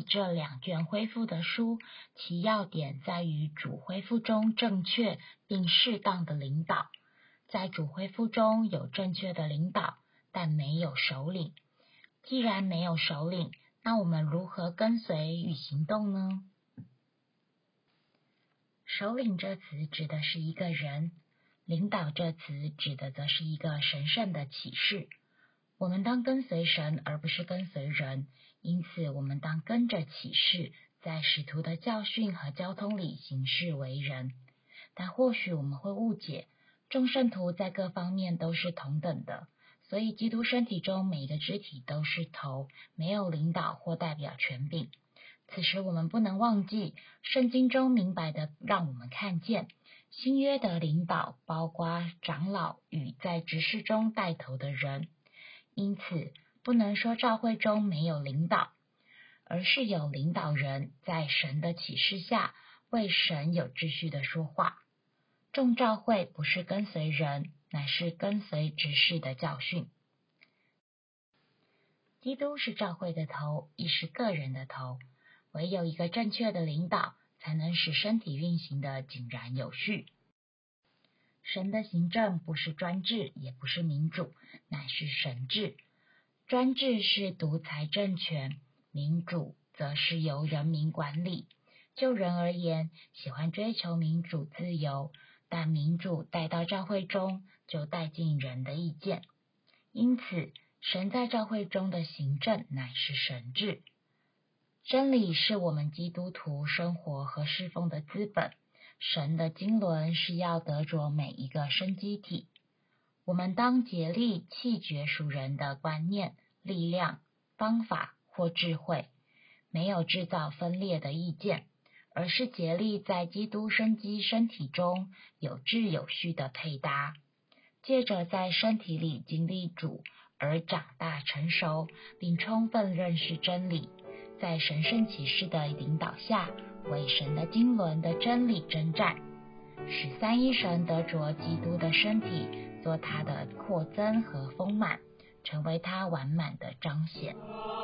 这2卷恢复的书，其要点在于主恢复中正确并适当的领导。在主恢复中有正确的领导，但没有首领。既然没有首领，那我们如何跟随与行动呢？首领这词指的是一个人，领导这词指的则是一个神圣的启示。我们当跟随神，而不是跟随人，因此我们当跟着启示，在使徒的教训和交通里行事为人。但或许我们会误解，众圣徒在各方面都是同等的，所以基督身体中每一个肢体都是头，没有领导或代表权柄。此时我们不能忘记，圣经中明白的让我们看见，新约的领导包括长老与在执事中带头的人。因此，不能说教会中没有领导，而是有领导人在神的启示下，为神有秩序的说话。众教会不是跟随人，乃是跟随执事的教训。基督是教会的头，亦是个人的头。唯有一个正确的领导，才能使身体运行的井然有序。神的行政不是专制，也不是民主，乃是神治。专制是独裁政权，民主则是由人民管理。就人而言，喜欢追求民主自由，但民主带到教会中，就带进人的意见。因此，神在教会中的行政乃是神治。真理是我们基督徒生活和侍奉的资本。神的经纶是要得着每一个生机体。我们当竭力弃绝属人的观念、力量、方法或智慧，没有制造分裂的意见，而是竭力在基督生机身体中有秩有序的配搭，借着在身体里经历主而长大成熟，并充分认识真理，在神圣启示的领导下，为神的经纶的真理征战，使三一神得着基督的身体，做他的扩增和丰满，成为他完满的彰显。